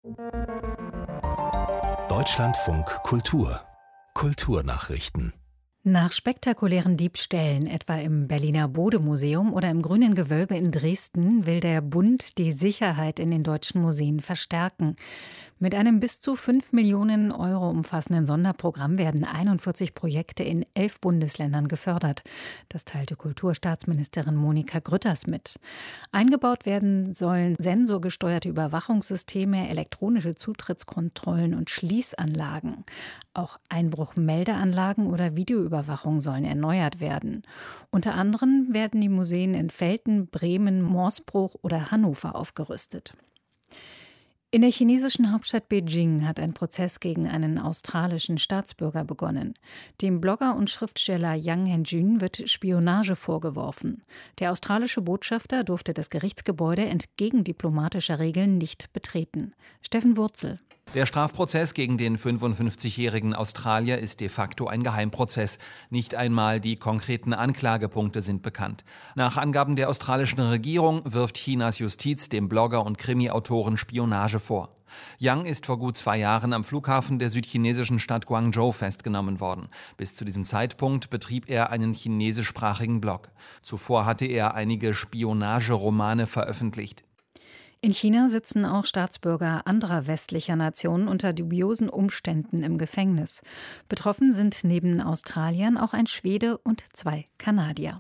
Deutschlandfunk Kultur Kulturnachrichten. Nach spektakulären Diebstählen, etwa im Berliner Bode-Museum oder im Grünen Gewölbe in Dresden, will der Bund die Sicherheit in den deutschen Museen verstärken. Mit einem bis zu 5 Millionen Euro umfassenden Sonderprogramm werden 41 Projekte in 11 Bundesländern gefördert. Das teilte Kulturstaatsministerin Monika Grütters mit. Eingebaut werden sollen sensorgesteuerte Überwachungssysteme, elektronische Zutrittskontrollen und Schließanlagen. Auch Einbruchmeldeanlagen oder Videoüberwachung sollen erneuert werden. Unter anderem werden die Museen in Velten, Bremen, Morsbruch oder Hannover aufgerüstet. In der chinesischen Hauptstadt Beijing hat ein Prozess gegen einen australischen Staatsbürger begonnen. Dem Blogger und Schriftsteller Yang Hengjun wird Spionage vorgeworfen. Der australische Botschafter durfte das Gerichtsgebäude entgegen diplomatischer Regeln nicht betreten. Steffen Wurzel. Der Strafprozess gegen den 55-jährigen Australier ist de facto ein Geheimprozess. Nicht einmal die konkreten Anklagepunkte sind bekannt. Nach Angaben der australischen Regierung wirft Chinas Justiz dem Blogger und Krimi-Autoren Spionage vor. Yang ist vor gut 2 Jahren am Flughafen der südchinesischen Stadt Guangzhou festgenommen worden. Bis zu diesem Zeitpunkt betrieb er einen chinesischsprachigen Blog. Zuvor hatte er einige Spionageromane veröffentlicht. In China sitzen auch Staatsbürger anderer westlicher Nationen unter dubiosen Umständen im Gefängnis. Betroffen sind neben Australiern auch ein Schwede und 2 Kanadier.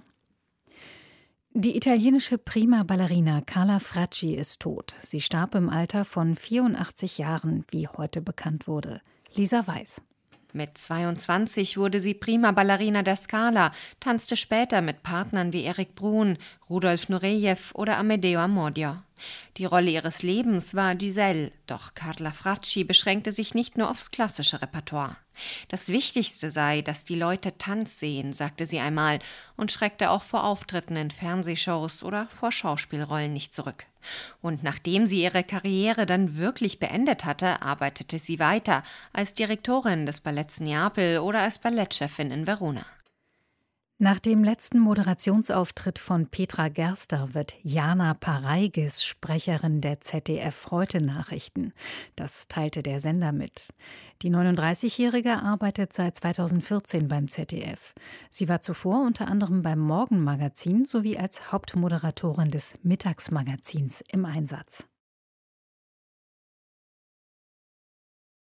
Die italienische Prima-Ballerina Carla Fracci ist tot. Sie starb im Alter von 84 Jahren, wie heute bekannt wurde. Lisa Weiß. Mit 22 wurde sie Prima-Ballerina der Scala, tanzte später mit Partnern wie Erik Bruhn, Rudolf Nureyew oder Amedeo Amodio. Die Rolle ihres Lebens war Giselle, doch Carla Fracci beschränkte sich nicht nur aufs klassische Repertoire. Das Wichtigste sei, dass die Leute Tanz sehen, sagte sie einmal und schreckte auch vor Auftritten in Fernsehshows oder vor Schauspielrollen nicht zurück. Und nachdem sie ihre Karriere dann wirklich beendet hatte, arbeitete sie weiter als Direktorin des Balletts Neapel oder als Ballettchefin in Verona. Nach dem letzten Moderationsauftritt von Petra Gerster wird Jana Pareigis Sprecherin der ZDF-Heute-Nachrichten. Das teilte der Sender mit. Die 39-Jährige arbeitet seit 2014 beim ZDF. Sie war zuvor unter anderem beim Morgenmagazin sowie als Hauptmoderatorin des Mittagsmagazins im Einsatz.